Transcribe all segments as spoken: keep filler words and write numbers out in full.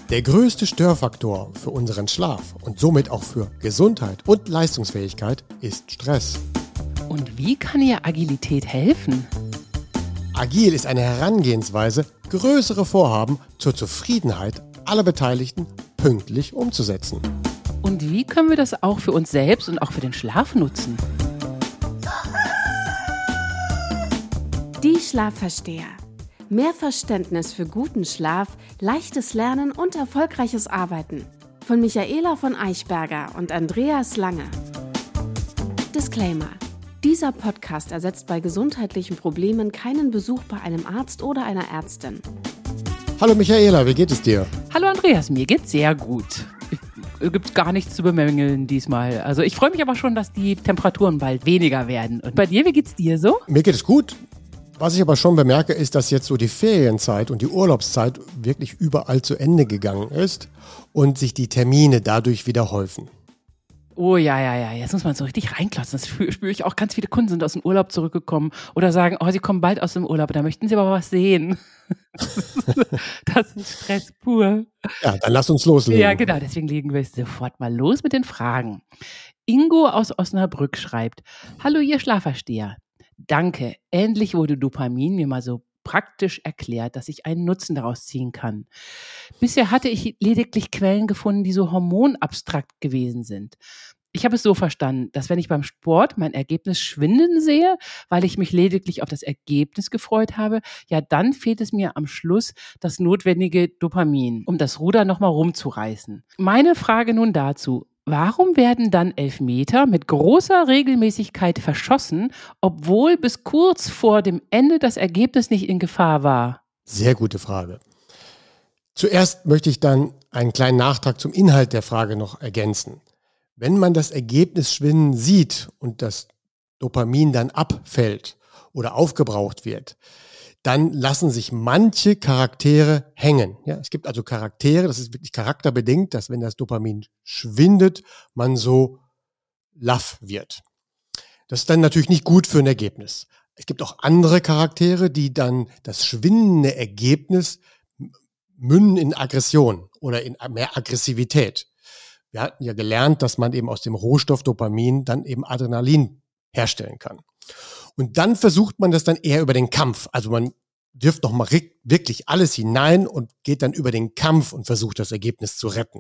Der größte Störfaktor für unseren Schlaf und somit auch für Gesundheit und Leistungsfähigkeit ist Stress. Und wie kann ihr Agilität helfen? Agil ist eine Herangehensweise, größere Vorhaben zur Zufriedenheit aller Beteiligten pünktlich umzusetzen. Und wie können wir das auch für uns selbst und auch für den Schlaf nutzen? Die Schlafversteher. Mehr Verständnis für guten Schlaf, leichtes Lernen und erfolgreiches Arbeiten. Von Michaela von Eichberger und Andreas Lange. Disclaimer. Dieser Podcast ersetzt bei gesundheitlichen Problemen keinen Besuch bei einem Arzt oder einer Ärztin. Hallo Michaela, wie geht es dir? Hallo Andreas, mir geht's sehr gut. Es gibt gar nichts zu bemängeln diesmal. Also ich freue mich aber schon, dass die Temperaturen bald weniger werden. Und bei dir, wie geht's dir so? Mir geht es gut. Was ich aber schon bemerke, ist, dass jetzt so die Ferienzeit und die Urlaubszeit wirklich überall zu Ende gegangen ist und sich die Termine dadurch wieder häufen. Oh ja, ja, ja, jetzt muss man so richtig reinklotzen. Das spüre, spüre ich auch. Ganz viele Kunden sind aus dem Urlaub zurückgekommen oder sagen, oh, sie kommen bald aus dem Urlaub, da möchten sie aber was sehen. Das ist Stress pur. Ja, dann lass uns loslegen. Ja, genau, deswegen legen wir sofort mal los mit den Fragen. Ingo aus Osnabrück schreibt, hallo ihr Schlafversteher. Danke, endlich wurde Dopamin mir mal so praktisch erklärt, dass ich einen Nutzen daraus ziehen kann. Bisher hatte ich lediglich Quellen gefunden, die so hormonabstrakt gewesen sind. Ich habe es so verstanden, dass wenn ich beim Sport mein Ergebnis schwinden sehe, weil ich mich lediglich auf das Ergebnis gefreut habe, ja, dann fehlt es mir am Schluss das notwendige Dopamin, um das Ruder nochmal rumzureißen. Meine Frage nun dazu: Warum werden dann Elfmeter mit großer Regelmäßigkeit verschossen, obwohl bis kurz vor dem Ende das Ergebnis nicht in Gefahr war? Sehr gute Frage. Zuerst möchte ich dann einen kleinen Nachtrag zum Inhalt der Frage noch ergänzen. Wenn man das Ergebnis schwinden sieht und das Dopamin dann abfällt oder aufgebraucht wird, dann lassen sich manche Charaktere hängen. Ja, es gibt also Charaktere, das ist wirklich charakterbedingt, dass wenn das Dopamin schwindet, man so laff wird. Das ist dann natürlich nicht gut für ein Ergebnis. Es gibt auch andere Charaktere, die dann das schwindende Ergebnis münden in Aggression oder in mehr Aggressivität. Wir hatten ja gelernt, dass man eben aus dem Rohstoff Dopamin dann eben Adrenalin herstellen kann. Und dann versucht man das dann eher über den Kampf. Also man wirft nochmal wirklich alles hinein und geht dann über den Kampf und versucht das Ergebnis zu retten.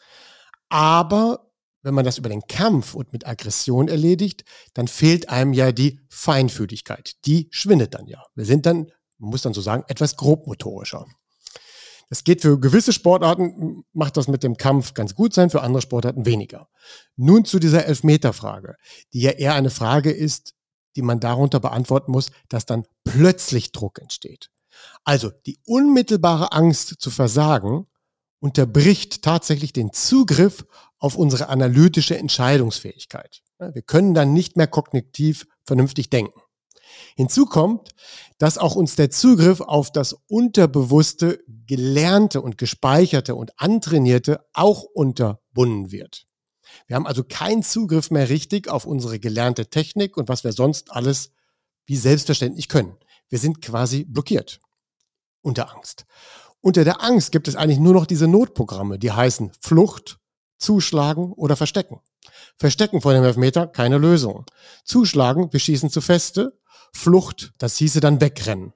Aber wenn man das über den Kampf und mit Aggression erledigt, dann fehlt einem ja die Feinfühligkeit. Die schwindet dann ja. Wir sind dann, man muss dann so sagen, etwas grobmotorischer. Das geht für gewisse Sportarten, macht das mit dem Kampf ganz gut sein, für andere Sportarten weniger. Nun zu dieser Elfmeter-Frage, die ja eher eine Frage ist, die man darunter beantworten muss, dass dann plötzlich Druck entsteht. Also die unmittelbare Angst zu versagen unterbricht tatsächlich den Zugriff auf unsere analytische Entscheidungsfähigkeit. Wir können dann nicht mehr kognitiv vernünftig denken. Hinzu kommt, dass auch uns der Zugriff auf das Unterbewusste, Gelernte und Gespeicherte und Antrainierte auch unterbunden wird. Wir haben also keinen Zugriff mehr richtig auf unsere gelernte Technik und was wir sonst alles wie selbstverständlich können. Wir sind quasi blockiert unter Angst. Unter der Angst gibt es eigentlich nur noch diese Notprogramme, die heißen Flucht, Zuschlagen oder Verstecken. Verstecken vor dem Elfmeter, keine Lösung. Zuschlagen, wir schießen zu Feste. Flucht, das hieße dann wegrennen.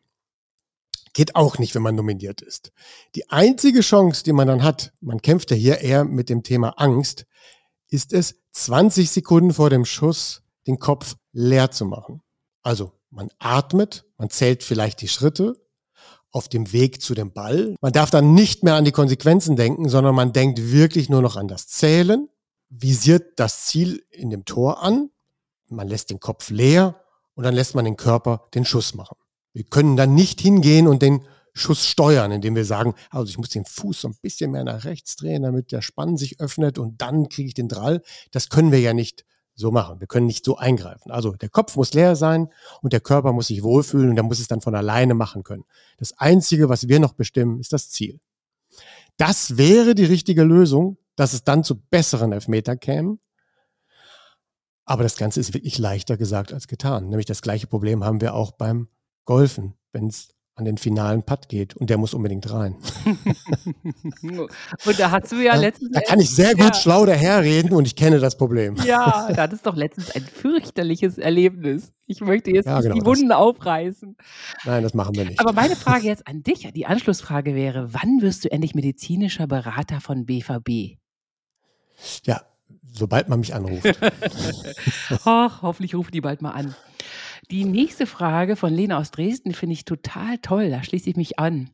Geht auch nicht, wenn man nominiert ist. Die einzige Chance, die man dann hat, man kämpft ja hier eher mit dem Thema Angst, ist es, zwanzig Sekunden vor dem Schuss den Kopf leer zu machen. Also man atmet, man zählt vielleicht die Schritte auf dem Weg zu dem Ball. Man darf dann nicht mehr an die Konsequenzen denken, sondern man denkt wirklich nur noch an das Zählen, visiert das Ziel in dem Tor an, man lässt den Kopf leer und dann lässt man den Körper den Schuss machen. Wir können dann nicht hingehen und den Schuss steuern, indem wir sagen, also ich muss den Fuß so ein bisschen mehr nach rechts drehen, damit der Spann sich öffnet und dann kriege ich den Drall. Das können wir ja nicht so machen. Wir können nicht so eingreifen. Also der Kopf muss leer sein und der Körper muss sich wohlfühlen und der muss es dann von alleine machen können. Das Einzige, was wir noch bestimmen, ist das Ziel. Das wäre die richtige Lösung, dass es dann zu besseren Elfmeter käme. Aber das Ganze ist wirklich leichter gesagt als getan. Nämlich das gleiche Problem haben wir auch beim Golfen. Wenn es an den finalen Putt geht und der muss unbedingt rein. Und da hast du ja Da, letztens... da kann ich sehr gut ja, schlau daherreden und ich kenne das Problem. ja, da hattest doch letztens ein fürchterliches Erlebnis. Ich möchte jetzt Ja, nicht genau. die Das, Wunden aufreißen. nein, das machen wir nicht. Aber meine Frage jetzt an dich, die Anschlussfrage wäre, wann wirst du endlich medizinischer Berater von B V B? Ja, sobald man mich anruft. Ach, hoffentlich rufen die bald mal an. Die nächste Frage von Lena aus Dresden finde ich total toll, da schließe ich mich an.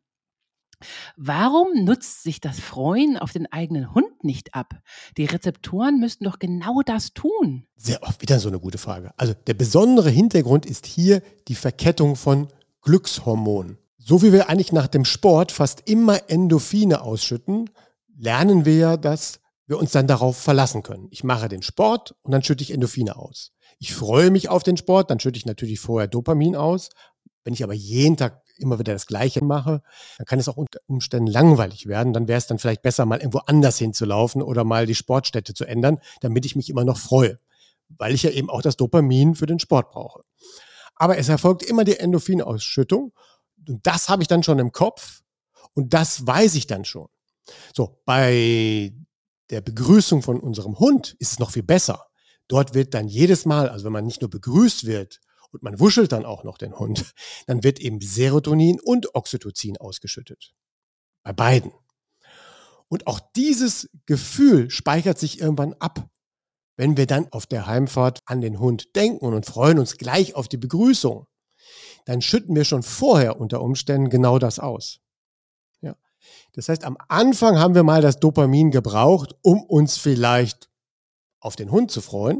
Warum nutzt sich das Freuen auf den eigenen Hund nicht ab? Die Rezeptoren müssten doch genau das tun. Sehr oft wieder so eine gute Frage. Also der besondere Hintergrund ist hier die Verkettung von Glückshormonen. So wie wir eigentlich nach dem Sport fast immer Endorphine ausschütten, lernen wir ja, dass wir uns dann darauf verlassen können. Ich mache den Sport und dann schütte ich Endorphine aus. Ich freue mich auf den Sport, dann schütte ich natürlich vorher Dopamin aus. Wenn ich aber jeden Tag immer wieder das Gleiche mache, dann kann es auch unter Umständen langweilig werden. Dann wäre es dann vielleicht besser, mal irgendwo anders hinzulaufen oder mal die Sportstätte zu ändern, damit ich mich immer noch freue, weil ich ja eben auch das Dopamin für den Sport brauche. Aber es erfolgt immer die Endorphinausschüttung und das habe ich dann schon im Kopf und das weiß ich dann schon. So, bei der Begrüßung von unserem Hund ist es noch viel besser. Dort wird dann jedes Mal, also wenn man nicht nur begrüßt wird und man wuschelt dann auch noch den Hund, dann wird eben Serotonin und Oxytocin ausgeschüttet. Bei beiden. Und auch dieses Gefühl speichert sich irgendwann ab. Wenn wir dann auf der Heimfahrt an den Hund denken und freuen uns gleich auf die Begrüßung, dann schütten wir schon vorher unter Umständen genau das aus. Ja. Das heißt, am Anfang haben wir mal das Dopamin gebraucht, um uns vielleicht auf den Hund zu freuen.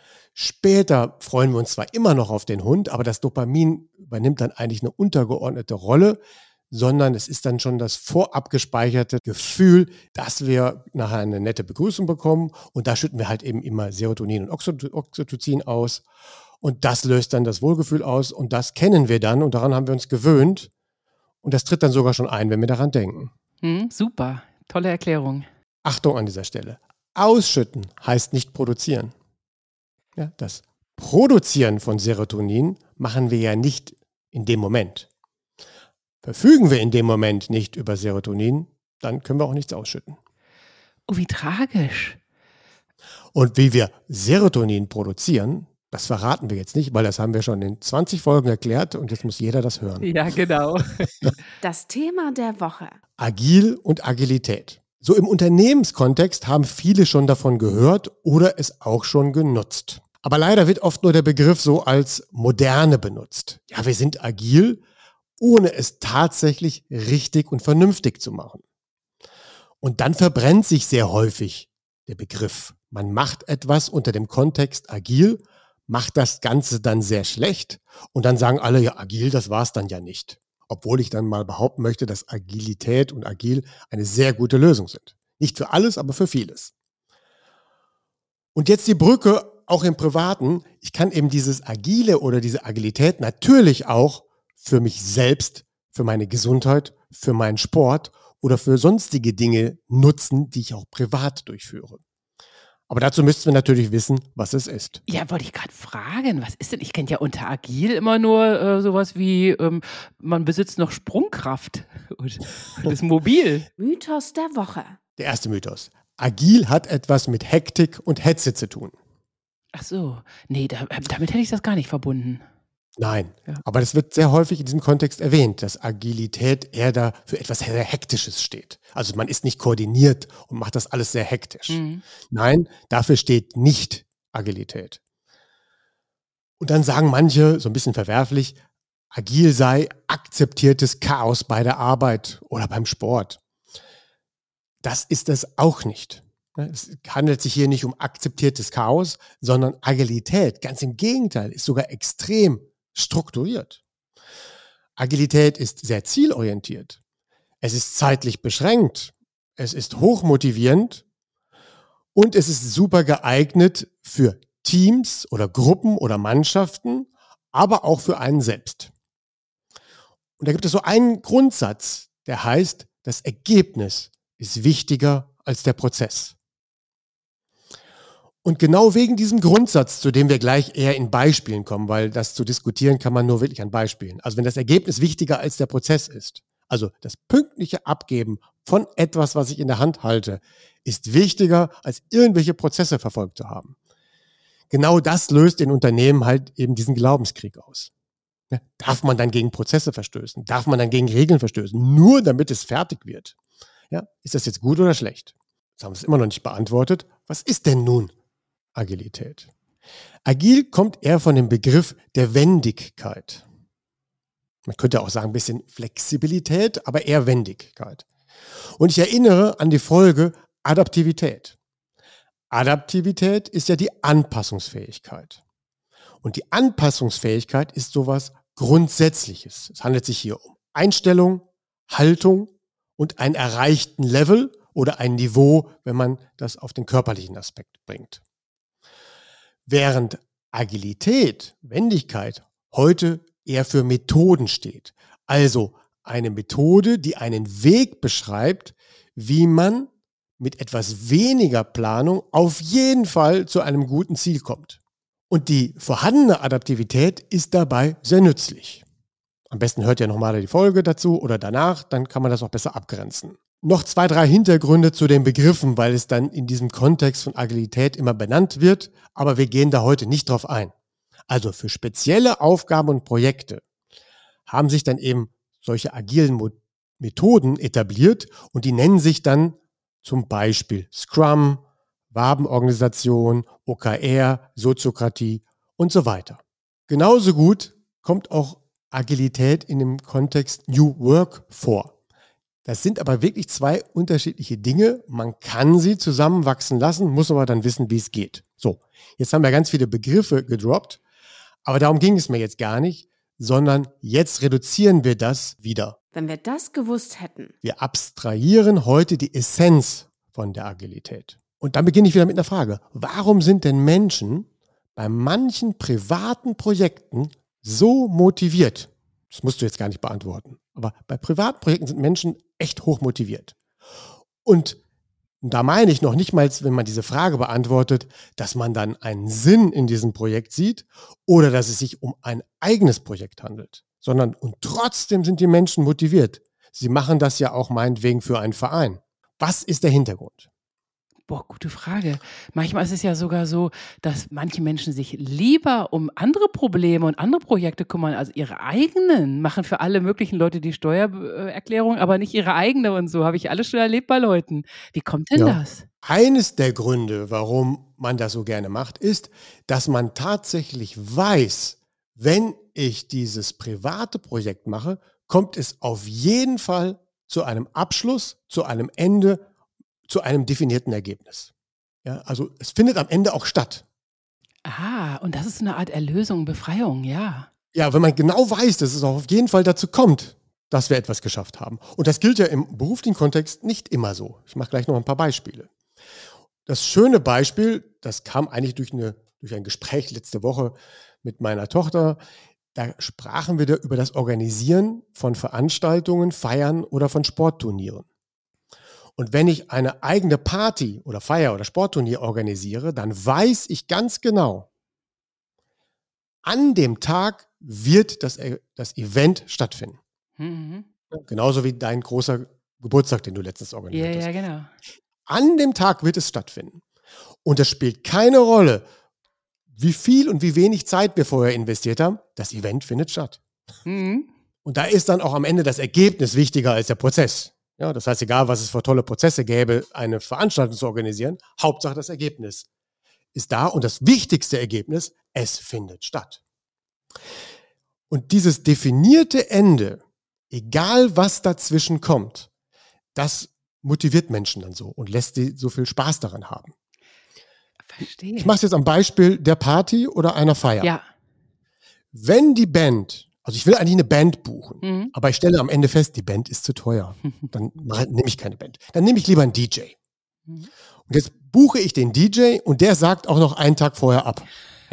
Später freuen wir uns zwar immer noch auf den Hund, aber das Dopamin übernimmt dann eigentlich eine untergeordnete Rolle, sondern es ist dann schon das vorab gespeicherte Gefühl, dass wir nachher eine nette Begrüßung bekommen und da schütten wir halt eben immer Serotonin und Oxytocin aus und das löst dann das Wohlgefühl aus und das kennen wir dann und daran haben wir uns gewöhnt und das tritt dann sogar schon ein, wenn wir daran denken. Hm, super, tolle Erklärung. Achtung an dieser Stelle. Ausschütten heißt nicht produzieren. Ja, das Produzieren von Serotonin machen wir ja nicht in dem Moment. Verfügen wir in dem Moment nicht über Serotonin, dann können wir auch nichts ausschütten. Oh, wie tragisch. Und wie wir Serotonin produzieren, das verraten wir jetzt nicht, weil das haben wir schon in zwanzig Folgen erklärt und jetzt muss jeder das hören. Ja, genau. Das Thema der Woche. Agil und Agilität. So im Unternehmenskontext haben viele schon davon gehört oder es auch schon genutzt. Aber leider wird oft nur der Begriff so als Moderne benutzt. Ja, wir sind agil, ohne es tatsächlich richtig und vernünftig zu machen. Und dann verbrennt sich sehr häufig der Begriff. Man macht etwas unter dem Kontext agil, macht das Ganze dann sehr schlecht und dann sagen alle, ja, agil, das war's dann ja nicht. Obwohl ich dann mal behaupten möchte, dass Agilität und agil eine sehr gute Lösung sind. Nicht für alles, aber für vieles. Und jetzt die Brücke auch im Privaten. Ich kann eben dieses Agile oder diese Agilität natürlich auch für mich selbst, für meine Gesundheit, für meinen Sport oder für sonstige Dinge nutzen, die ich auch privat durchführe. Aber dazu müssten wir natürlich wissen, was es ist. Ja, wollte ich gerade fragen, was ist denn? Ich kenne ja unter agil immer nur äh, sowas wie, ähm, man besitzt noch Sprungkraft und, und ist mobil. Mythos der Woche. Der erste Mythos. Agil hat etwas mit Hektik und Hetze zu tun. Ach so, nee, da, damit hätte ich das gar nicht verbunden. Nein, Ja. aber das wird sehr häufig in diesem Kontext erwähnt, dass Agilität eher da für etwas sehr Hektisches steht. Also man ist nicht koordiniert und macht das alles sehr hektisch. Mhm. Nein, dafür steht nicht Agilität. Und dann sagen manche, so ein bisschen verwerflich, agil sei akzeptiertes Chaos bei der Arbeit oder beim Sport. Das ist es auch nicht. Es handelt sich hier nicht um akzeptiertes Chaos, sondern Agilität, ganz im Gegenteil, ist sogar extrem strukturiert. Agilität ist sehr zielorientiert. Es ist zeitlich beschränkt. Es ist hochmotivierend und es ist super geeignet für Teams oder Gruppen oder Mannschaften, aber auch für einen selbst. Und da gibt es so einen Grundsatz, der heißt, das Ergebnis ist wichtiger als der Prozess. Und genau wegen diesem Grundsatz, zu dem wir gleich eher in Beispielen kommen, weil das zu diskutieren kann man nur wirklich an Beispielen. Also wenn das Ergebnis wichtiger als der Prozess ist, also das pünktliche Abgeben von etwas, was ich in der Hand halte, ist wichtiger, als irgendwelche Prozesse verfolgt zu haben. Genau das löst in Unternehmen halt eben diesen Glaubenskrieg aus. Ja, darf man dann gegen Prozesse verstößen? Darf man dann gegen Regeln verstößen? Nur damit es fertig wird. Ja, ist das jetzt gut oder schlecht? Das haben wir es immer noch nicht beantwortet. Was ist denn nun Agilität? Agil kommt eher von dem Begriff der Wendigkeit. Man könnte auch sagen, ein bisschen Flexibilität, aber eher Wendigkeit. Und ich erinnere an die Folge Adaptivität. Adaptivität ist ja die Anpassungsfähigkeit. Und die Anpassungsfähigkeit ist sowas Grundsätzliches. Es handelt sich hier um Einstellung, Haltung und einen erreichten Level oder ein Niveau, wenn man das auf den körperlichen Aspekt bringt. Während Agilität, Wendigkeit, heute eher für Methoden steht. Also eine Methode, die einen Weg beschreibt, wie man mit etwas weniger Planung auf jeden Fall zu einem guten Ziel kommt. Und die vorhandene Adaptivität ist dabei sehr nützlich. Am besten hört ihr nochmal die Folge dazu oder danach, dann kann man das auch besser abgrenzen. Noch zwei, drei Hintergründe zu den Begriffen, weil es dann in diesem Kontext von Agilität immer benannt wird, aber wir gehen da heute nicht drauf ein. Also für spezielle Aufgaben und Projekte haben sich dann eben solche agilen Mo- Methoden etabliert und die nennen sich dann zum Beispiel Scrum, Wabenorganisation, O K R, Soziokratie und so weiter. Genauso gut kommt auch Agilität in dem Kontext New Work vor. Das sind aber wirklich zwei unterschiedliche Dinge. Man kann sie zusammenwachsen lassen, muss aber dann wissen, wie es geht. So, jetzt haben wir ganz viele Begriffe gedroppt, aber darum ging es mir jetzt gar nicht, sondern jetzt reduzieren wir das wieder. Wenn wir das gewusst hätten. Wir abstrahieren heute die Essenz von der Agilität. Und dann beginne ich wieder mit einer Frage. Warum sind denn Menschen bei manchen privaten Projekten so motiviert? Das musst du jetzt gar nicht beantworten. Aber bei privaten Projekten sind Menschen echt hoch motiviert. Und da meine ich noch nicht mal, wenn man diese Frage beantwortet, dass man dann einen Sinn in diesem Projekt sieht oder dass es sich um ein eigenes Projekt handelt, sondern und trotzdem sind die Menschen motiviert. Sie machen das ja auch meinetwegen für einen Verein. Was ist der Hintergrund? Boah, gute Frage. Manchmal ist es ja sogar so, dass manche Menschen sich lieber um andere Probleme und andere Projekte kümmern, als ihre eigenen. Machen für alle möglichen Leute die Steuererklärung, aber nicht ihre eigene und so. Habe ich alles schon erlebt bei Leuten. Wie kommt denn Ja. das? Eines der Gründe, warum man das so gerne macht, ist, dass man tatsächlich weiß, wenn ich dieses private Projekt mache, kommt es auf jeden Fall zu einem Abschluss, zu einem Ende, zu einem definierten Ergebnis. Ja, also es findet am Ende auch statt. Ah, und das ist eine Art Erlösung, Befreiung, ja. Ja, wenn man genau weiß, dass es auch auf jeden Fall dazu kommt, dass wir etwas geschafft haben. Und das gilt ja im beruflichen Kontext nicht immer so. Ich mache gleich noch ein paar Beispiele. Das schöne Beispiel, das kam eigentlich durch, eine, durch ein Gespräch letzte Woche mit meiner Tochter. Da sprachen wir da über das Organisieren von Veranstaltungen, Feiern oder von Sportturnieren. Und wenn ich eine eigene Party oder Feier oder Sportturnier organisiere, dann weiß ich ganz genau, an dem Tag wird das, das Event stattfinden. Mhm. Genauso wie dein großer Geburtstag, den du letztens organisiert Ja, hast. ja, genau. An dem Tag wird es stattfinden. Und es spielt keine Rolle, wie viel und wie wenig Zeit wir vorher investiert haben. Das Event findet statt. Mhm. Und da ist dann auch am Ende das Ergebnis wichtiger als der Prozess. Ja, das heißt, egal, was es für tolle Prozesse gäbe, eine Veranstaltung zu organisieren, Hauptsache das Ergebnis ist da. Und das wichtigste Ergebnis, es findet statt. Und dieses definierte Ende, egal was dazwischen kommt, das motiviert Menschen dann so und lässt sie so viel Spaß daran haben. Verstehe. Ich mache es jetzt am Beispiel der Party oder einer Feier. Ja. Wenn die Band, also ich will eigentlich eine Band buchen, Mhm. aber ich stelle am Ende fest, die Band ist zu teuer. Dann nehme ich keine Band. Dann nehme ich lieber einen D J. Mhm. Und jetzt buche ich den D J und der sagt auch noch einen Tag vorher ab.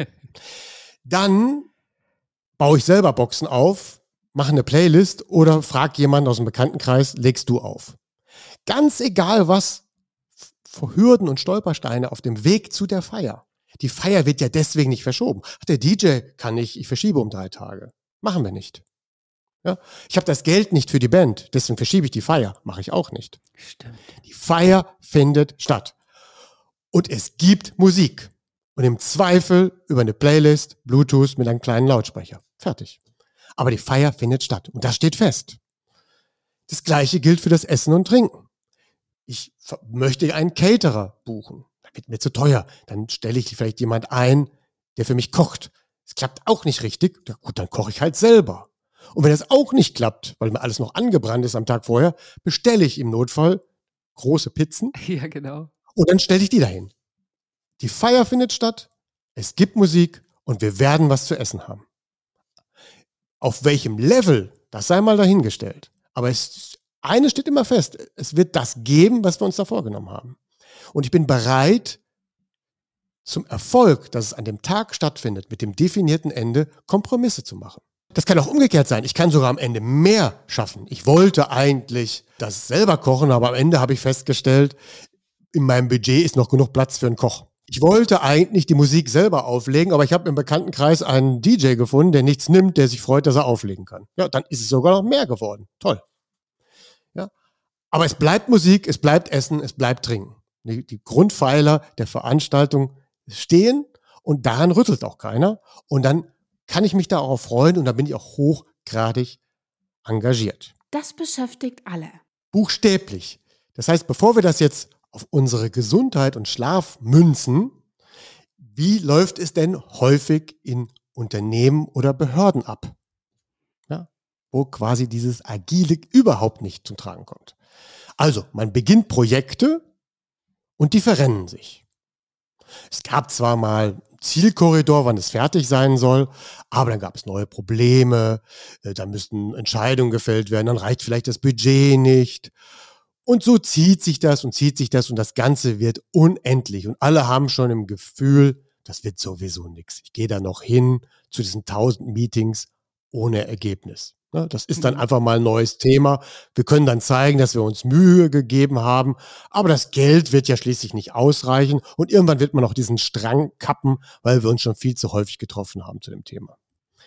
Dann baue ich selber Boxen auf, mache eine Playlist oder frage jemanden aus dem Bekanntenkreis, legst du auf. Ganz egal, was Hürden und Stolpersteine auf dem Weg zu der Feier. Die Feier wird ja deswegen nicht verschoben. Ach, der D J kann nicht, ich verschiebe um drei Tage. Machen wir nicht. Ja? Ich habe das Geld nicht für die Band, deswegen verschiebe ich die Feier. Mache ich auch nicht. Stimmt. Die Feier findet statt. Und es gibt Musik. Und im Zweifel über eine Playlist, Bluetooth mit einem kleinen Lautsprecher. Fertig. Aber die Feier findet statt. Und das steht fest. Das Gleiche gilt für das Essen und Trinken. Ich möchte einen Caterer buchen. Das wird mir zu teuer. Dann stelle ich vielleicht jemand ein, der für mich kocht. Es klappt auch nicht richtig. Ja gut, dann koche ich halt selber. Und wenn das auch nicht klappt, weil mir alles noch angebrannt ist am Tag vorher, bestelle ich im Notfall große Pizzen. Ja, genau. Und dann stelle ich die dahin. Die Feier findet statt, es gibt Musik und wir werden was zu essen haben. Auf welchem Level, das sei mal dahingestellt. Aber es, eines steht immer fest, es wird das geben, was wir uns da vorgenommen haben. Und ich bin bereit, zum Erfolg, dass es an dem Tag stattfindet, mit dem definierten Ende, Kompromisse zu machen. Das kann auch umgekehrt sein. Ich kann sogar am Ende mehr schaffen. Ich wollte eigentlich das selber kochen, aber am Ende habe ich festgestellt, in meinem Budget ist noch genug Platz für einen Koch. Ich wollte eigentlich die Musik selber auflegen, aber ich habe im Bekanntenkreis einen D J gefunden, der nichts nimmt, der sich freut, dass er auflegen kann. Ja, dann ist es sogar noch mehr geworden. Toll. Ja, aber es bleibt Musik, es bleibt Essen, es bleibt Trinken. Die, die Grundpfeiler der Veranstaltung stehen und daran rüttelt auch keiner. Und dann kann ich mich darauf freuen und dann bin ich auch hochgradig engagiert. Das beschäftigt alle. Buchstäblich. Das heißt, bevor wir das jetzt auf unsere Gesundheit und Schlaf münzen, wie läuft es denn häufig in Unternehmen oder Behörden ab? Ja, wo quasi dieses Agile überhaupt nicht zum Tragen kommt. Also, man beginnt Projekte und die verrennen sich. Es gab zwar mal Zielkorridor, wann es fertig sein soll, aber dann gab es neue Probleme, da müssten Entscheidungen gefällt werden, dann reicht vielleicht das Budget nicht. Und so zieht sich das und zieht sich das und das Ganze wird unendlich. Und alle haben schon im Gefühl, das wird sowieso nichts. Ich gehe da noch hin zu diesen tausend Meetings ohne Ergebnis. Das ist dann einfach mal ein neues Thema. Wir können dann zeigen, dass wir uns Mühe gegeben haben, aber das Geld wird ja schließlich nicht ausreichen und irgendwann wird man auch diesen Strang kappen, weil wir uns schon viel zu häufig getroffen haben zu dem Thema.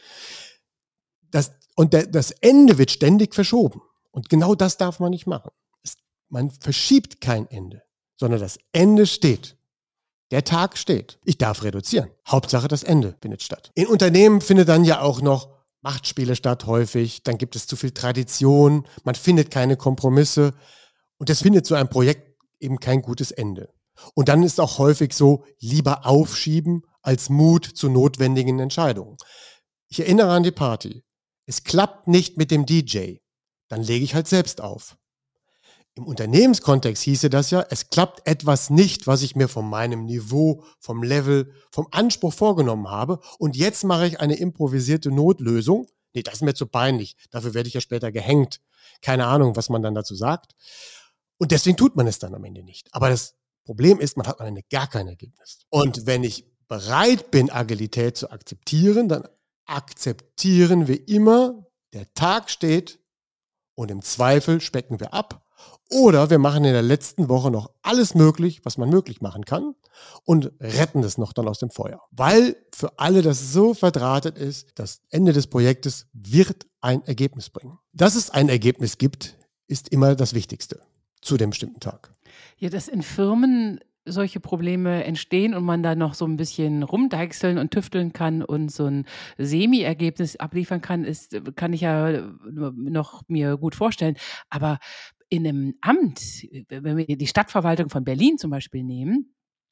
Das, und der, das Ende wird ständig verschoben und genau das darf man nicht machen. Es, man verschiebt kein Ende, sondern das Ende steht. Der Tag steht. Ich darf reduzieren. Hauptsache das Ende findet statt. In Unternehmen findet dann ja auch noch Machtspiele statt häufig, dann gibt es zu viel Tradition, man findet keine Kompromisse und das findet so ein Projekt eben kein gutes Ende. Und dann ist auch häufig so, lieber aufschieben als Mut zu notwendigen Entscheidungen. Ich erinnere an die Party. Es klappt nicht mit dem D J, dann lege ich halt selbst auf. Im Unternehmenskontext hieße das ja, es klappt etwas nicht, was ich mir von meinem Niveau, vom Level, vom Anspruch vorgenommen habe und jetzt mache ich eine improvisierte Notlösung. Nee, das ist mir zu peinlich, dafür werde ich ja später gehängt. Keine Ahnung, was man dann dazu sagt. Und deswegen tut man es dann am Ende nicht. Aber das Problem ist, man hat am Ende gar kein Ergebnis. Und wenn ich bereit bin, Agilität zu akzeptieren, dann akzeptieren wir immer, der Tag steht und im Zweifel specken wir ab. Oder wir machen in der letzten Woche noch alles möglich, was man möglich machen kann und retten es noch dann aus dem Feuer. Weil für alle das so verdrahtet ist, das Ende des Projektes wird ein Ergebnis bringen. Dass es ein Ergebnis gibt, ist immer das Wichtigste zu dem bestimmten Tag. Ja, dass in Firmen solche Probleme entstehen und man da noch so ein bisschen rumdeichseln und tüfteln kann und so ein Semi-Ergebnis abliefern kann, ist, kann ich ja noch mir gut vorstellen. Aber in einem Amt, wenn wir die Stadtverwaltung von Berlin zum Beispiel nehmen,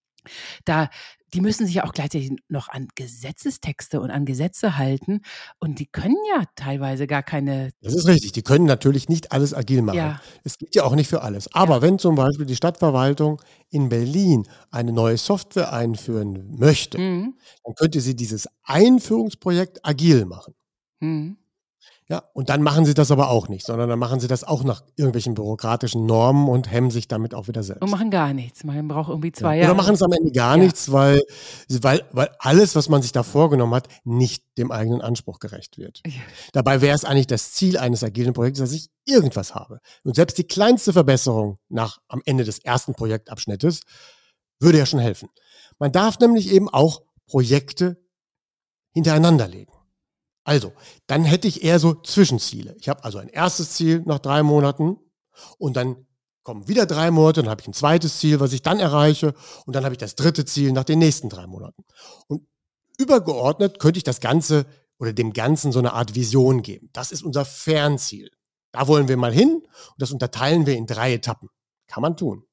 da, die müssen sich ja auch gleichzeitig noch an Gesetzestexte und an Gesetze halten und die können ja teilweise gar keine... Das ist richtig, die können natürlich nicht alles agil machen. Ja. Es geht ja auch nicht für alles. Aber Ja. wenn zum Beispiel die Stadtverwaltung in Berlin eine neue Software einführen möchte, Mhm. dann könnte sie dieses Einführungsprojekt agil machen. Mhm. Ja, und dann machen sie das aber auch nicht, sondern dann machen sie das auch nach irgendwelchen bürokratischen Normen und hemmen sich damit auch wieder selbst. Und machen gar nichts. Man braucht irgendwie zwei ja. Jahre. Oder machen es am Ende gar Ja. nichts, weil, weil, weil alles, was man sich da vorgenommen hat, nicht dem eigenen Anspruch gerecht wird. Ja. Dabei wäre es eigentlich das Ziel eines agilen Projekts, dass ich irgendwas habe. Und selbst die kleinste Verbesserung nach am Ende des ersten Projektabschnittes würde ja schon helfen. Man darf nämlich eben auch Projekte hintereinander legen. Also, dann hätte ich eher so Zwischenziele. Ich habe also ein erstes Ziel nach drei Monaten und dann kommen wieder drei Monate, dann habe ich ein zweites Ziel, was ich dann erreiche und dann habe ich das dritte Ziel nach den nächsten drei Monaten. Und übergeordnet könnte ich das Ganze oder dem Ganzen so eine Art Vision geben. Das ist unser Fernziel. Da wollen wir mal hin und das unterteilen wir in drei Etappen. Kann man tun.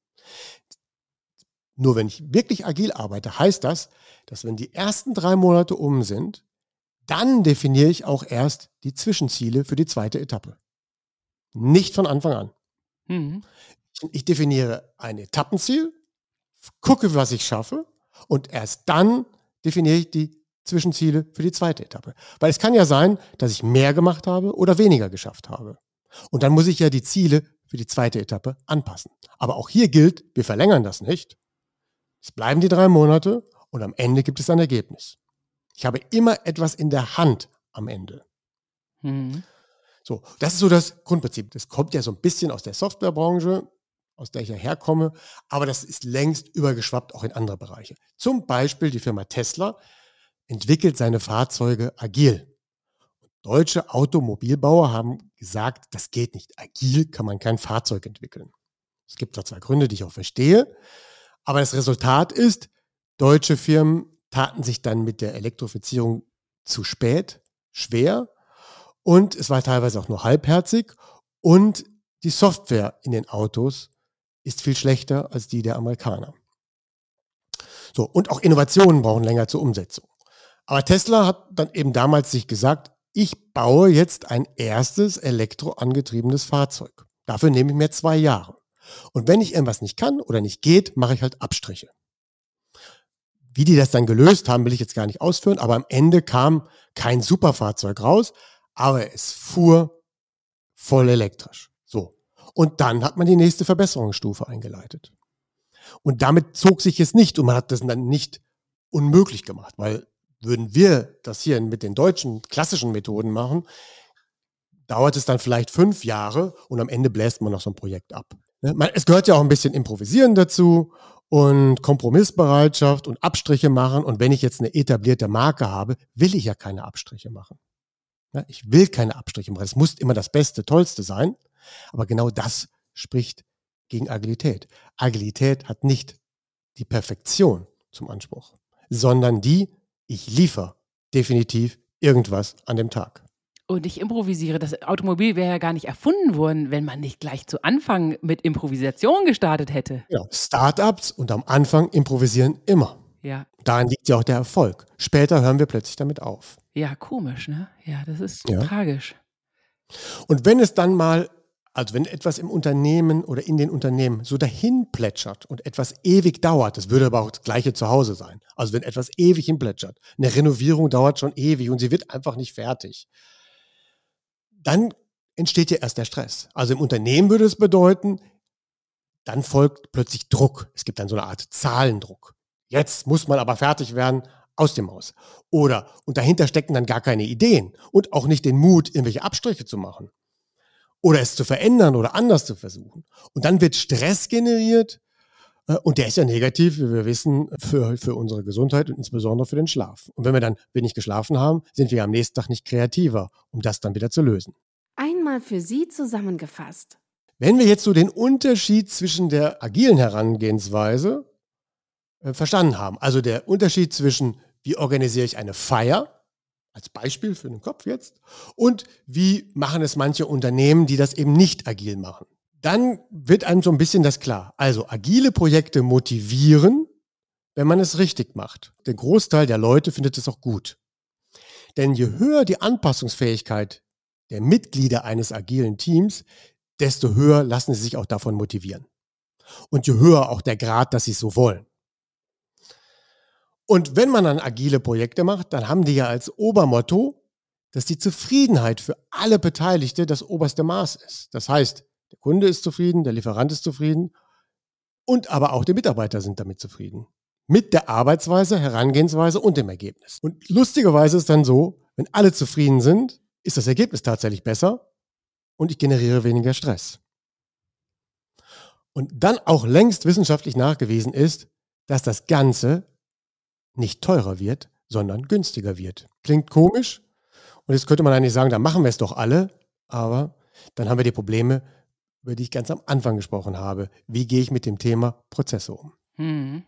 Nur wenn ich wirklich agil arbeite, heißt das, dass wenn die ersten drei Monate um sind, dann definiere ich auch erst die Zwischenziele für die zweite Etappe. Nicht von Anfang an. Mhm. Ich definiere ein Etappenziel, gucke, was ich schaffe und erst dann definiere ich die Zwischenziele für die zweite Etappe. Weil es kann ja sein, dass ich mehr gemacht habe oder weniger geschafft habe. Und dann muss ich ja die Ziele für die zweite Etappe anpassen. Aber auch hier gilt, wir verlängern das nicht. Es bleiben die drei Monate und am Ende gibt es ein Ergebnis. Ich habe immer etwas in der Hand am Ende. Mhm. So, das ist so das Grundprinzip. Das kommt ja so ein bisschen aus der Softwarebranche, aus der ich ja herkomme, aber das ist längst übergeschwappt auch in andere Bereiche. Zum Beispiel die Firma Tesla entwickelt seine Fahrzeuge agil. Deutsche Automobilbauer haben gesagt, das geht nicht. Agil kann man kein Fahrzeug entwickeln. Es gibt da zwei Gründe, die ich auch verstehe, aber das Resultat ist, deutsche Firmen taten sich dann mit der Elektrifizierung zu spät, schwer und es war teilweise auch nur halbherzig und die Software in den Autos ist viel schlechter als die der Amerikaner. So, und auch Innovationen brauchen länger zur Umsetzung. Aber Tesla hat dann eben damals sich gesagt, ich baue jetzt ein erstes elektroangetriebenes Fahrzeug. Dafür nehme ich mir zwei Jahre. Und wenn ich irgendwas nicht kann oder nicht geht, mache ich halt Abstriche. Wie die das dann gelöst haben, will ich jetzt gar nicht ausführen, aber am Ende kam kein Superfahrzeug raus, aber es fuhr voll elektrisch. So. Und dann hat man die nächste Verbesserungsstufe eingeleitet. Und damit zog sich es nicht und man hat das dann nicht unmöglich gemacht, weil würden wir das hier mit den deutschen klassischen Methoden machen, dauert es dann vielleicht fünf Jahre und am Ende bläst man noch so ein Projekt ab. Es gehört ja auch ein bisschen Improvisieren dazu und Kompromissbereitschaft und Abstriche machen. Und wenn ich jetzt eine etablierte Marke habe, will ich ja keine Abstriche machen. Ja, ich will keine Abstriche machen. Es muss immer das Beste, Tollste sein. Aber genau das spricht gegen Agilität. Agilität hat nicht die Perfektion zum Anspruch, sondern die, ich liefere definitiv irgendwas an dem Tag. Und ich improvisiere. Das Automobil wäre ja gar nicht erfunden worden, wenn man nicht gleich zu Anfang mit Improvisation gestartet hätte. Ja, Startups und am Anfang improvisieren immer. Ja. Daran liegt ja auch der Erfolg. Später hören wir plötzlich damit auf. Ja, komisch, ne? Ja, das ist Ja. tragisch. Und wenn es dann mal, also wenn etwas im Unternehmen oder in den Unternehmen so dahin plätschert und etwas ewig dauert, das würde aber auch das Gleiche zu Hause sein. Also wenn etwas ewig hinplätschert, eine Renovierung dauert schon ewig und sie wird einfach nicht fertig, dann entsteht ja erst der Stress. Also im Unternehmen würde es bedeuten, dann folgt plötzlich Druck. Es gibt dann so eine Art Zahlendruck. Jetzt muss man aber fertig werden, aus dem Haus. Oder, und dahinter stecken dann gar keine Ideen und auch nicht den Mut, irgendwelche Abstriche zu machen. Oder es zu verändern oder anders zu versuchen. Und dann wird Stress generiert äh, und der ist ja negativ, wie wir wissen, für, für unsere Gesundheit und insbesondere für den Schlaf. Und wenn wir dann wenig geschlafen haben, sind wir am nächsten Tag nicht kreativer, um das dann wieder zu lösen. Einmal für Sie zusammengefasst. Wenn wir jetzt so den Unterschied zwischen der agilen Herangehensweise äh, verstanden haben, also der Unterschied zwischen, wie organisiere ich eine Feier, als Beispiel für den Kopf jetzt, und wie machen es manche Unternehmen, die das eben nicht agil machen, dann wird einem so ein bisschen das klar. Also agile Projekte motivieren, wenn man es richtig macht. Der Großteil der Leute findet es auch gut. Denn je höher die Anpassungsfähigkeit der Mitglieder eines agilen Teams, desto höher lassen sie sich auch davon motivieren. Und je höher auch der Grad, dass sie es so wollen. Und wenn man dann agile Projekte macht, dann haben die ja als Obermotto, dass die Zufriedenheit für alle Beteiligte das oberste Maß ist. Das heißt, der Kunde ist zufrieden, der Lieferant ist zufrieden und aber auch die Mitarbeiter sind damit zufrieden. Mit der Arbeitsweise, Herangehensweise und dem Ergebnis. Und lustigerweise ist es dann so, wenn alle zufrieden sind, ist das Ergebnis tatsächlich besser und ich generiere weniger Stress. Und dann auch längst wissenschaftlich nachgewiesen ist, dass das Ganze nicht teurer wird, sondern günstiger wird. Klingt komisch und jetzt könnte man eigentlich sagen, da machen wir es doch alle, aber dann haben wir die Probleme, über die ich ganz am Anfang gesprochen habe. Wie gehe ich mit dem Thema Prozesse um? Hm.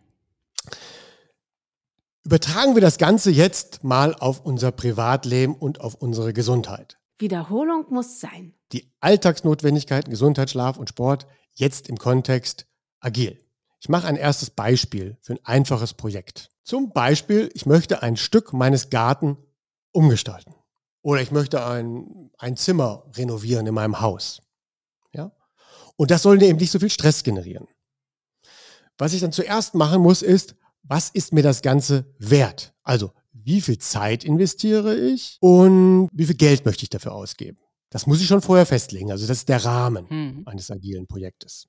Übertragen wir das Ganze jetzt mal auf unser Privatleben und auf unsere Gesundheit. Wiederholung muss sein. Die Alltagsnotwendigkeiten, Gesundheit, Schlaf und Sport, jetzt im Kontext agil. Ich mache ein erstes Beispiel für ein einfaches Projekt. Zum Beispiel, ich möchte ein Stück meines Garten umgestalten. Oder ich möchte ein, ein Zimmer renovieren in meinem Haus. Ja? Und das soll eben nicht so viel Stress generieren. Was ich dann zuerst machen muss, ist, was ist mir das Ganze wert? Also, wie viel Zeit investiere ich und wie viel Geld möchte ich dafür ausgeben? Das muss ich schon vorher festlegen. Also, das ist der Rahmen hm. eines agilen Projektes.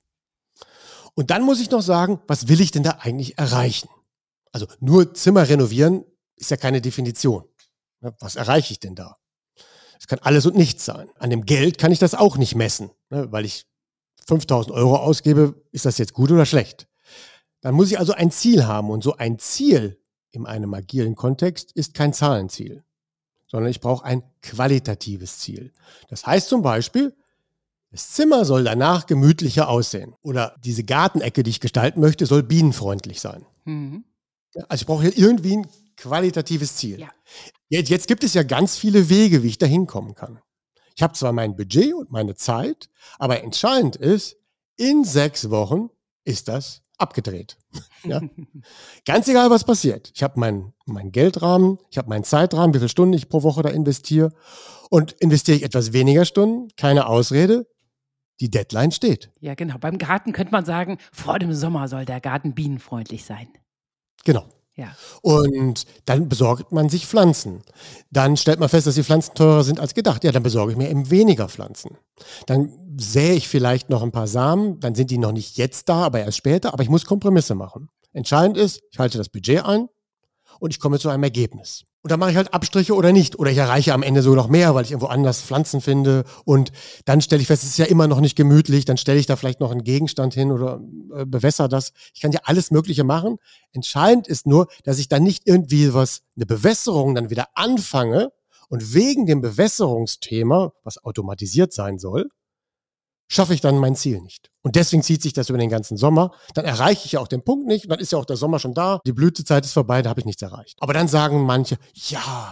Und dann muss ich noch sagen, was will ich denn da eigentlich erreichen? Also, nur Zimmer renovieren ist ja keine Definition. Was erreiche ich denn da? Es kann alles und nichts sein. An dem Geld kann ich das auch nicht messen, weil ich fünftausend Euro ausgebe, ist das jetzt gut oder schlecht? Dann muss ich also ein Ziel haben. Und so ein Ziel in einem agilen Kontext ist kein Zahlenziel, sondern ich brauche ein qualitatives Ziel. Das heißt zum Beispiel, das Zimmer soll danach gemütlicher aussehen. Oder diese Gartenecke, die ich gestalten möchte, soll bienenfreundlich sein. Mhm. Also ich brauche hier irgendwie ein qualitatives Ziel. Ja. Jetzt, jetzt gibt es ja ganz viele Wege, wie ich da hinkommen kann. Ich habe zwar mein Budget und meine Zeit, aber entscheidend ist, in sechs Wochen ist das abgedreht. Ja? Ganz egal, was passiert. Ich habe meinen mein Geldrahmen, ich habe meinen Zeitrahmen, wie viele Stunden ich pro Woche da investiere. Und investiere ich etwas weniger Stunden, keine Ausrede, die Deadline steht. Ja, genau. Beim Garten könnte man sagen, vor dem Sommer soll der Garten bienenfreundlich sein. Genau. Ja. Und dann besorgt man sich Pflanzen. Dann stellt man fest, dass die Pflanzen teurer sind als gedacht. Ja, dann besorge ich mir eben weniger Pflanzen. Dann sähe ich vielleicht noch ein paar Samen, dann sind die noch nicht jetzt da, aber erst später, aber ich muss Kompromisse machen. Entscheidend ist, ich halte das Budget ein und ich komme zu einem Ergebnis. Und dann mache ich halt Abstriche oder nicht. Oder ich erreiche am Ende sogar noch mehr, weil ich irgendwo anders Pflanzen finde. Und dann stelle ich fest, es ist ja immer noch nicht gemütlich. Dann stelle ich da vielleicht noch einen Gegenstand hin oder äh, bewässere das. Ich kann ja alles Mögliche machen. Entscheidend ist nur, dass ich dann nicht irgendwie was, eine Bewässerung dann wieder anfange und wegen dem Bewässerungsthema, was automatisiert sein soll, schaffe ich dann mein Ziel nicht. Und deswegen zieht sich das über den ganzen Sommer. Dann erreiche ich ja auch den Punkt nicht. Und dann ist ja auch der Sommer schon da. Die Blütezeit ist vorbei, da habe ich nichts erreicht. Aber dann sagen manche, ja,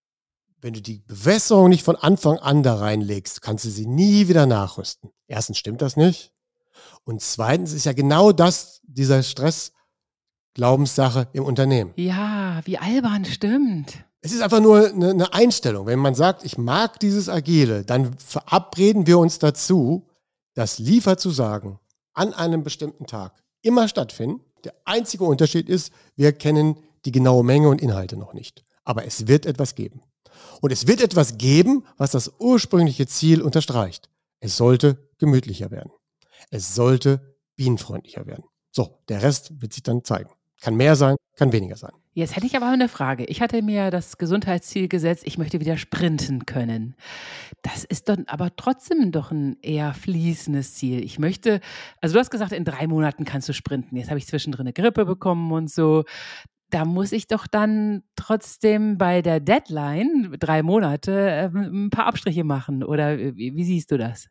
wenn du die Bewässerung nicht von Anfang an da reinlegst, kannst du sie nie wieder nachrüsten. Erstens stimmt das nicht. Und zweitens ist ja genau das, dieser Stress-Glaubenssache im Unternehmen. Ja, wie albern, stimmt. Es ist einfach nur eine, eine Einstellung. Wenn man sagt, ich mag dieses Agile, dann verabreden wir uns dazu, dass Lieferzusagen an einem bestimmten Tag immer stattfinden. Der einzige Unterschied ist, wir kennen die genaue Menge und Inhalte noch nicht. Aber es wird etwas geben. Und es wird etwas geben, was das ursprüngliche Ziel unterstreicht. Es sollte gemütlicher werden. Es sollte bienenfreundlicher werden. So, der Rest wird sich dann zeigen. Kann mehr sein, kann weniger sein. Jetzt hätte ich aber eine Frage. Ich hatte mir das Gesundheitsziel gesetzt, ich möchte wieder sprinten können. Das ist dann aber trotzdem doch ein eher fließendes Ziel. Ich möchte, also du hast gesagt, in drei Monaten kannst du sprinten. Jetzt habe ich zwischendrin eine Grippe bekommen und so. Da muss ich doch dann trotzdem bei der Deadline, drei Monate, ein paar Abstriche machen. Oder wie, wie siehst du das?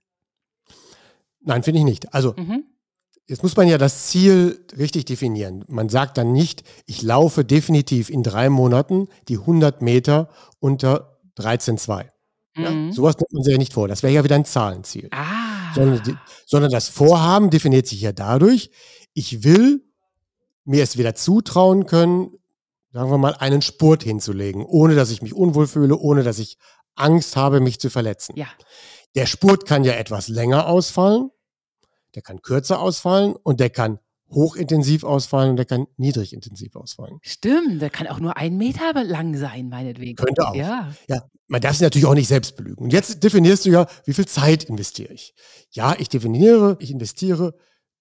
Nein, finde ich nicht. Also mhm. Jetzt muss man ja das Ziel richtig definieren. Man sagt dann nicht, ich laufe definitiv in drei Monaten die hundert Meter unter dreizehn Komma zwei. Ja? Mhm. Sowas nimmt man sich ja nicht vor. Das wäre ja wieder ein Zahlenziel. Ah. Sondern, sondern das Vorhaben definiert sich ja dadurch, ich will mir es wieder zutrauen können, sagen wir mal, einen Spurt hinzulegen, ohne dass ich mich unwohl fühle, ohne dass ich Angst habe, mich zu verletzen. Ja. Der Spurt kann ja etwas länger ausfallen. Der kann kürzer ausfallen und der kann hochintensiv ausfallen und der kann niedrigintensiv ausfallen. Stimmt, der kann auch nur einen Meter lang sein, meinetwegen. Könnte auch. Ja. Ja, man darf sich natürlich auch nicht selbst belügen. Und jetzt definierst du ja, wie viel Zeit investiere ich? Ja, ich definiere, ich investiere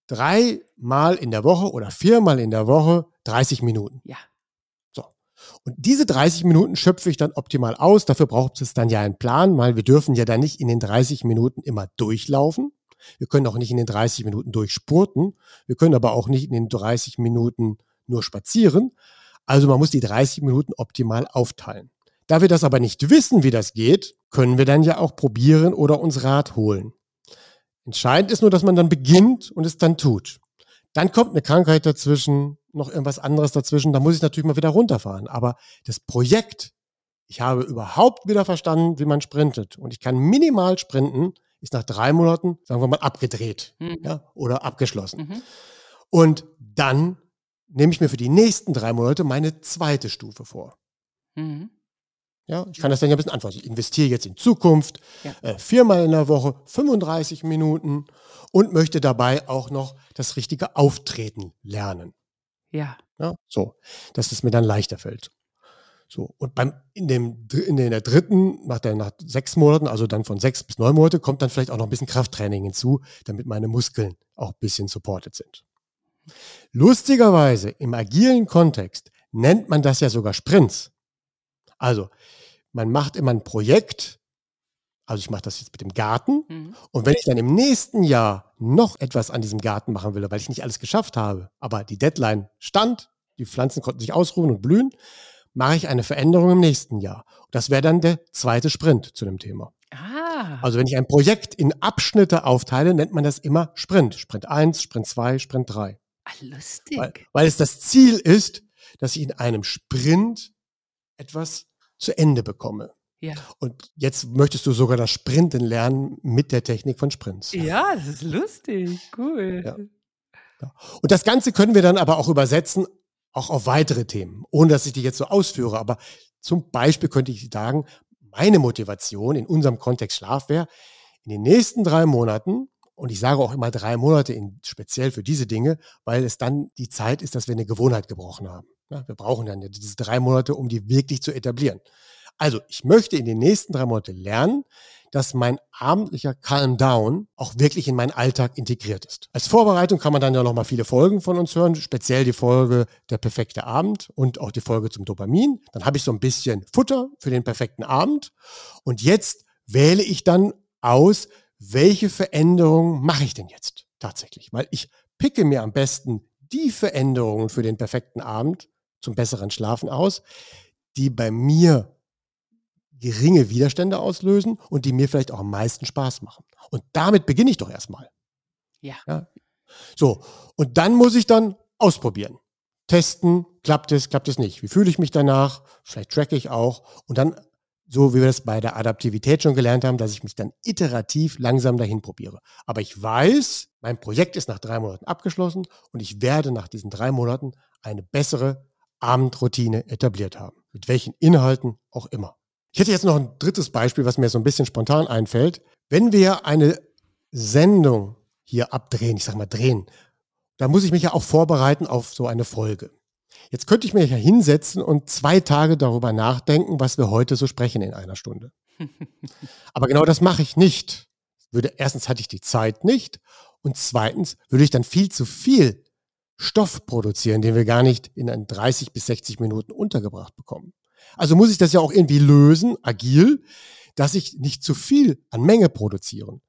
dreimal in der Woche oder viermal in der Woche dreißig Minuten. Ja. So. Und diese dreißig Minuten schöpfe ich dann optimal aus. Dafür braucht es dann ja einen Plan, weil wir dürfen ja dann nicht in den dreißig Minuten immer durchlaufen. Wir können auch nicht in den dreißig Minuten durchspurten. Wir können aber auch nicht in den dreißig Minuten nur spazieren. Also man muss die dreißig Minuten optimal aufteilen. Da wir das aber nicht wissen, wie das geht, können wir dann ja auch probieren oder uns Rat holen. Entscheidend ist nur, dass man dann beginnt und es dann tut. Dann kommt eine Krankheit dazwischen, noch irgendwas anderes dazwischen, da muss ich natürlich mal wieder runterfahren. Aber das Projekt, ich habe überhaupt wieder verstanden, wie man sprintet und ich kann minimal sprinten, ist nach drei Monaten, sagen wir mal, abgedreht, Mhm. ja, oder abgeschlossen. Mhm. Und dann nehme ich mir für die nächsten drei Monate meine zweite Stufe vor. Mhm. Ja, ich kann das dann ja ein bisschen anfassen. Ich investiere jetzt in Zukunft, Ja. äh, viermal in der Woche, fünfunddreißig Minuten und möchte dabei auch noch das richtige Auftreten lernen. Ja. Ja, so, dass es mir dann leichter fällt. So, und beim, in, dem, in der dritten, nach, der, nach sechs Monaten, also dann von sechs bis neun Monate, kommt dann vielleicht auch noch ein bisschen Krafttraining hinzu, damit meine Muskeln auch ein bisschen supported sind. Lustigerweise, im agilen Kontext nennt man das ja sogar Sprints. Also, man macht immer ein Projekt, also ich mache das jetzt mit dem Garten, Mhm. und wenn ich dann im nächsten Jahr noch etwas an diesem Garten machen will, weil ich nicht alles geschafft habe, aber die Deadline stand, die Pflanzen konnten sich ausruhen und blühen, mache ich eine Veränderung im nächsten Jahr. Das wäre dann der zweite Sprint zu dem Thema. Ah. Also wenn ich ein Projekt in Abschnitte aufteile, nennt man das immer Sprint. Sprint eins, Sprint zwei, Sprint drei. Ah, lustig. Weil, weil es das Ziel ist, dass ich in einem Sprint etwas zu Ende bekomme. Ja. Und jetzt möchtest du sogar das Sprinten lernen mit der Technik von Sprints. Ja, das ist lustig. Cool. Ja. Ja. Und das Ganze können wir dann aber auch übersetzen, auch auf weitere Themen, ohne dass ich die jetzt so ausführe. Aber zum Beispiel könnte ich sagen, meine Motivation in unserem Kontext Schlaf wäre, in den nächsten drei Monaten, und ich sage auch immer drei Monate in, speziell für diese Dinge, weil es dann die Zeit ist, dass wir eine Gewohnheit gebrochen haben. Ja, wir brauchen dann diese drei Monate, um die wirklich zu etablieren. Also ich möchte in den nächsten drei Monaten lernen, dass mein abendlicher Calm Down auch wirklich in meinen Alltag integriert ist. Als Vorbereitung kann man dann ja noch mal viele Folgen von uns hören, speziell die Folge Der perfekte Abend und auch die Folge zum Dopamin. Dann habe ich so ein bisschen Futter für den perfekten Abend und jetzt wähle ich dann aus, welche Veränderungen mache ich denn jetzt tatsächlich? Weil ich picke mir am besten die Veränderungen für den perfekten Abend zum besseren Schlafen aus, die bei mir geringe Widerstände auslösen und die mir vielleicht auch am meisten Spaß machen. Und damit beginne ich doch erstmal. Ja. Ja. So, und dann muss ich dann ausprobieren. Testen, klappt es, klappt es nicht. Wie fühle ich mich danach? Vielleicht tracke ich auch. Und dann, so wie wir das bei der Adaptivität schon gelernt haben, dass ich mich dann iterativ langsam dahin probiere. Aber ich weiß, mein Projekt ist nach drei Monaten abgeschlossen und ich werde nach diesen drei Monaten eine bessere Abendroutine etabliert haben. Mit welchen Inhalten auch immer. Ich hätte jetzt noch ein drittes Beispiel, was mir so ein bisschen spontan einfällt. Wenn wir eine Sendung hier abdrehen, ich sag mal drehen, da muss ich mich ja auch vorbereiten auf so eine Folge. Jetzt könnte ich mich ja hinsetzen und zwei Tage darüber nachdenken, was wir heute so sprechen in einer Stunde. Aber genau das mache ich nicht. Würde, erstens hatte ich die Zeit nicht und zweitens würde ich dann viel zu viel Stoff produzieren, den wir gar nicht in dreißig bis sechzig Minuten untergebracht bekommen. Also muss ich das ja auch irgendwie lösen, agil, dass ich nicht zu viel an Menge produziere.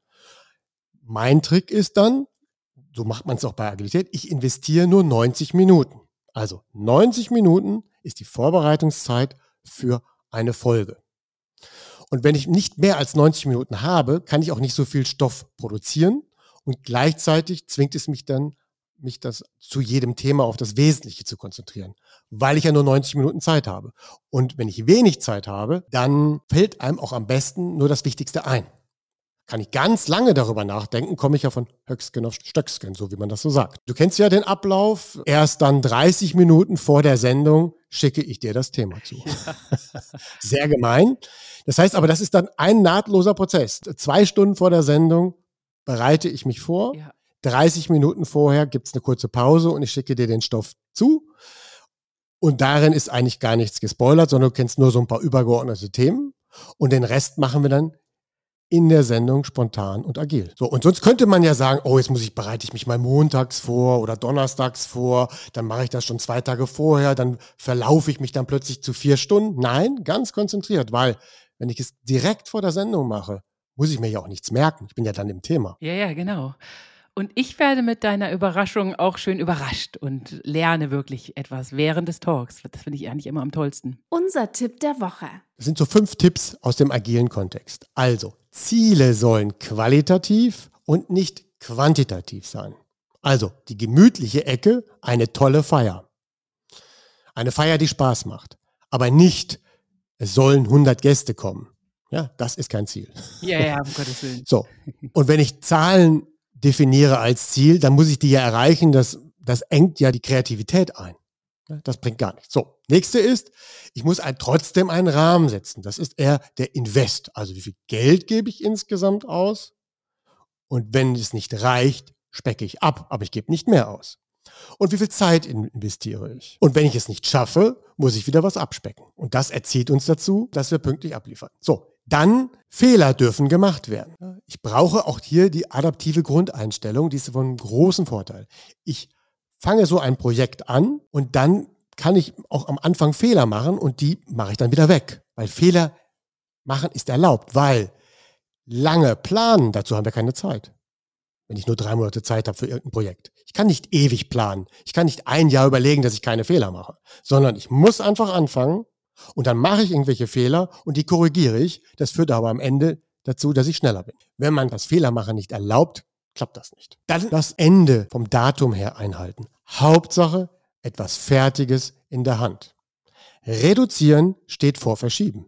Mein Trick ist dann, so macht man es auch bei Agilität, ich investiere nur neunzig Minuten. Also neunzig Minuten ist die Vorbereitungszeit für eine Folge. Und wenn ich nicht mehr als neunzig Minuten habe, kann ich auch nicht so viel Stoff produzieren und gleichzeitig zwingt es mich dann, mich das zu jedem Thema auf das Wesentliche zu konzentrieren, weil ich ja nur neunzig Minuten Zeit habe. Und wenn ich wenig Zeit habe, dann fällt einem auch am besten nur das Wichtigste ein. Kann ich ganz lange darüber nachdenken, komme ich ja von Höcksken auf Stöcksken, so wie man das so sagt. Du kennst ja den Ablauf. Erst dann dreißig Minuten vor der Sendung schicke ich dir das Thema zu. Ja. Sehr gemein. Das heißt aber, das ist dann ein nahtloser Prozess. Zwei Stunden vor der Sendung bereite ich mich vor. Ja. dreißig Minuten vorher gibt es eine kurze Pause und ich schicke dir den Stoff zu. Und darin ist eigentlich gar nichts gespoilert, sondern du kennst nur so ein paar übergeordnete Themen. Und den Rest machen wir dann in der Sendung spontan und agil. So, und sonst könnte man ja sagen, oh, jetzt muss ich, bereite ich mich mal montags vor oder donnerstags vor, dann mache ich das schon zwei Tage vorher, dann verlaufe ich mich dann plötzlich zu vier Stunden. Nein, ganz konzentriert, weil wenn ich es direkt vor der Sendung mache, muss ich mir ja auch nichts merken. Ich bin ja dann im Thema. Ja, ja, genau. Und ich werde mit deiner Überraschung auch schön überrascht und lerne wirklich etwas während des Talks. Das finde ich eigentlich immer am tollsten. Unser Tipp der Woche. Das sind so fünf Tipps aus dem agilen Kontext. Also, Ziele sollen qualitativ und nicht quantitativ sein. Also, die gemütliche Ecke, eine tolle Feier. Eine Feier, die Spaß macht. Aber nicht, es sollen hundert Gäste kommen. Ja, das ist kein Ziel. Ja, ja, um Gottes Willen. So, und wenn ich Zahlen definiere als Ziel, dann muss ich die ja erreichen, das, das engt ja die Kreativität ein. Das bringt gar nichts. So, nächste ist, ich muss ein, trotzdem einen Rahmen setzen. Das ist eher der Invest. Also wie viel Geld gebe ich insgesamt aus? Und wenn es nicht reicht, specke ich ab, aber ich gebe nicht mehr aus. Und wie viel Zeit investiere ich? Und wenn ich es nicht schaffe, muss ich wieder was abspecken. Und das erzieht uns dazu, dass wir pünktlich abliefern. So, dann Fehler dürfen gemacht werden. Ich brauche auch hier die adaptive Grundeinstellung, die ist von großem Vorteil. Ich fange so ein Projekt an und dann kann ich auch am Anfang Fehler machen und die mache ich dann wieder weg. Weil Fehler machen ist erlaubt, weil lange planen, dazu haben wir keine Zeit. Wenn ich nur drei Monate Zeit habe für irgendein Projekt. Ich kann nicht ewig planen. Ich kann nicht ein Jahr überlegen, dass ich keine Fehler mache. Sondern ich muss einfach anfangen und dann mache ich irgendwelche Fehler und die korrigiere ich. Das führt aber am Ende dazu, dass ich schneller bin. Wenn man das Fehlermachen nicht erlaubt, klappt das nicht. Dann das Ende vom Datum her einhalten. Hauptsache, etwas Fertiges in der Hand. Reduzieren steht vor Verschieben.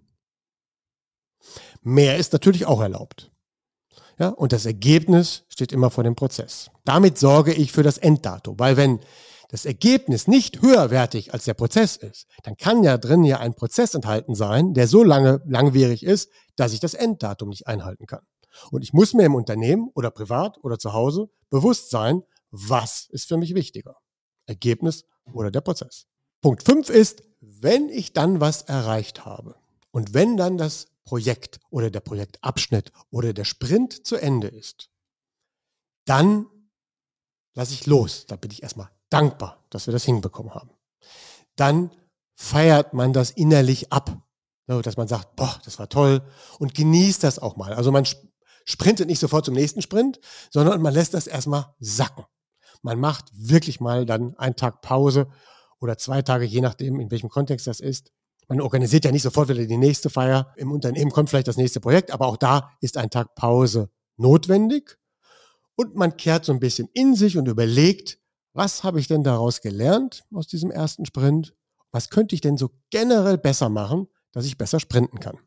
Mehr ist natürlich auch erlaubt. Ja, und das Ergebnis steht immer vor dem Prozess. Damit sorge ich für das Enddatum, weil wenn das Ergebnis nicht höherwertig als der Prozess ist, dann kann ja drin ja ein Prozess enthalten sein, der so lange langwierig ist, dass ich das Enddatum nicht einhalten kann. Und ich muss mir im Unternehmen oder privat oder zu Hause bewusst sein, was ist für mich wichtiger? Ergebnis oder der Prozess. Punkt fünf ist, wenn ich dann was erreicht habe und wenn dann das Projekt oder der Projektabschnitt oder der Sprint zu Ende ist, dann lasse ich los. Da bin ich erstmal dankbar, dass wir das hinbekommen haben. Dann feiert man das innerlich ab, dass man sagt, boah, das war toll und genießt das auch mal. Also man sprintet nicht sofort zum nächsten Sprint, sondern man lässt das erstmal sacken. Man macht wirklich mal dann einen Tag Pause oder zwei Tage, je nachdem, in welchem Kontext das ist. Man organisiert ja nicht sofort wieder die nächste Feier. Im Unternehmen kommt vielleicht das nächste Projekt, aber auch da ist ein Tag Pause notwendig. Und man kehrt so ein bisschen in sich und überlegt, was habe ich denn daraus gelernt aus diesem ersten Sprint? Was könnte ich denn so generell besser machen, dass ich besser sprinten kann?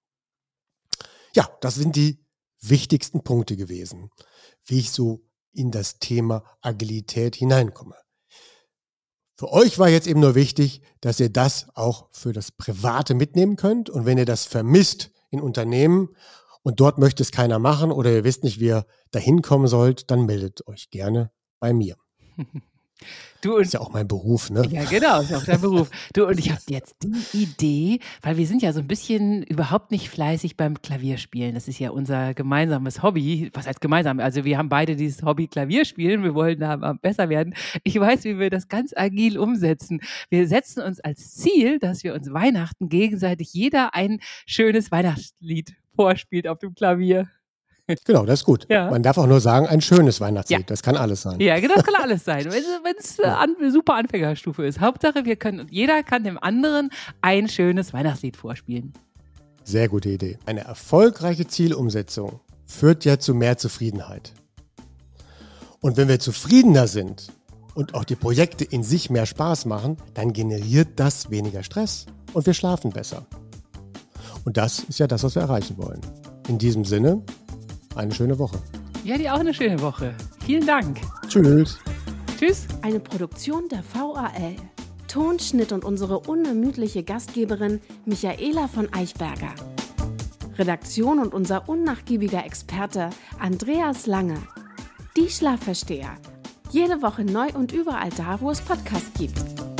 Ja, das sind die wichtigsten Punkte gewesen, wie ich so in das Thema Agilität hineinkomme. Für euch war jetzt eben nur wichtig, dass ihr das auch für das Private mitnehmen könnt. Und wenn ihr das vermisst in Unternehmen und dort möchte es keiner machen oder ihr wisst nicht, wie ihr da hinkommen sollt, dann meldet euch gerne bei mir. Du und ist ja auch mein Beruf, ne? Ja, genau, ist auch dein Beruf. Du, und ich habe jetzt die Idee, weil wir sind ja so ein bisschen überhaupt nicht fleißig beim Klavierspielen. Das ist ja unser gemeinsames Hobby. Was heißt gemeinsam? Also wir haben beide dieses Hobby Klavierspielen. Wir wollen da mal besser werden. Ich weiß, wie wir das ganz agil umsetzen. Wir setzen uns als Ziel, dass wir uns Weihnachten gegenseitig jeder ein schönes Weihnachtslied vorspielt auf dem Klavier. Genau, das ist gut. Ja. Man darf auch nur sagen, ein schönes Weihnachtslied. Ja. Das kann alles sein. Ja, genau, das kann alles sein. Wenn es äh, an, super Anfängerstufe ist. Hauptsache, wir können, jeder kann dem anderen ein schönes Weihnachtslied vorspielen. Sehr gute Idee. Eine erfolgreiche Zielumsetzung führt ja zu mehr Zufriedenheit. Und wenn wir zufriedener sind und auch die Projekte in sich mehr Spaß machen, dann generiert das weniger Stress und wir schlafen besser. Und das ist ja das, was wir erreichen wollen. In diesem Sinne, eine schöne Woche. Ja, dir auch eine schöne Woche. Vielen Dank. Tschüss. Tschüss. Eine Produktion der V A L. Tonschnitt und unsere unermüdliche Gastgeberin Michaela von Eichberger. Redaktion und unser unnachgiebiger Experte Andreas Lange. Die Schlafversteher. Jede Woche neu und überall da, wo es Podcasts gibt.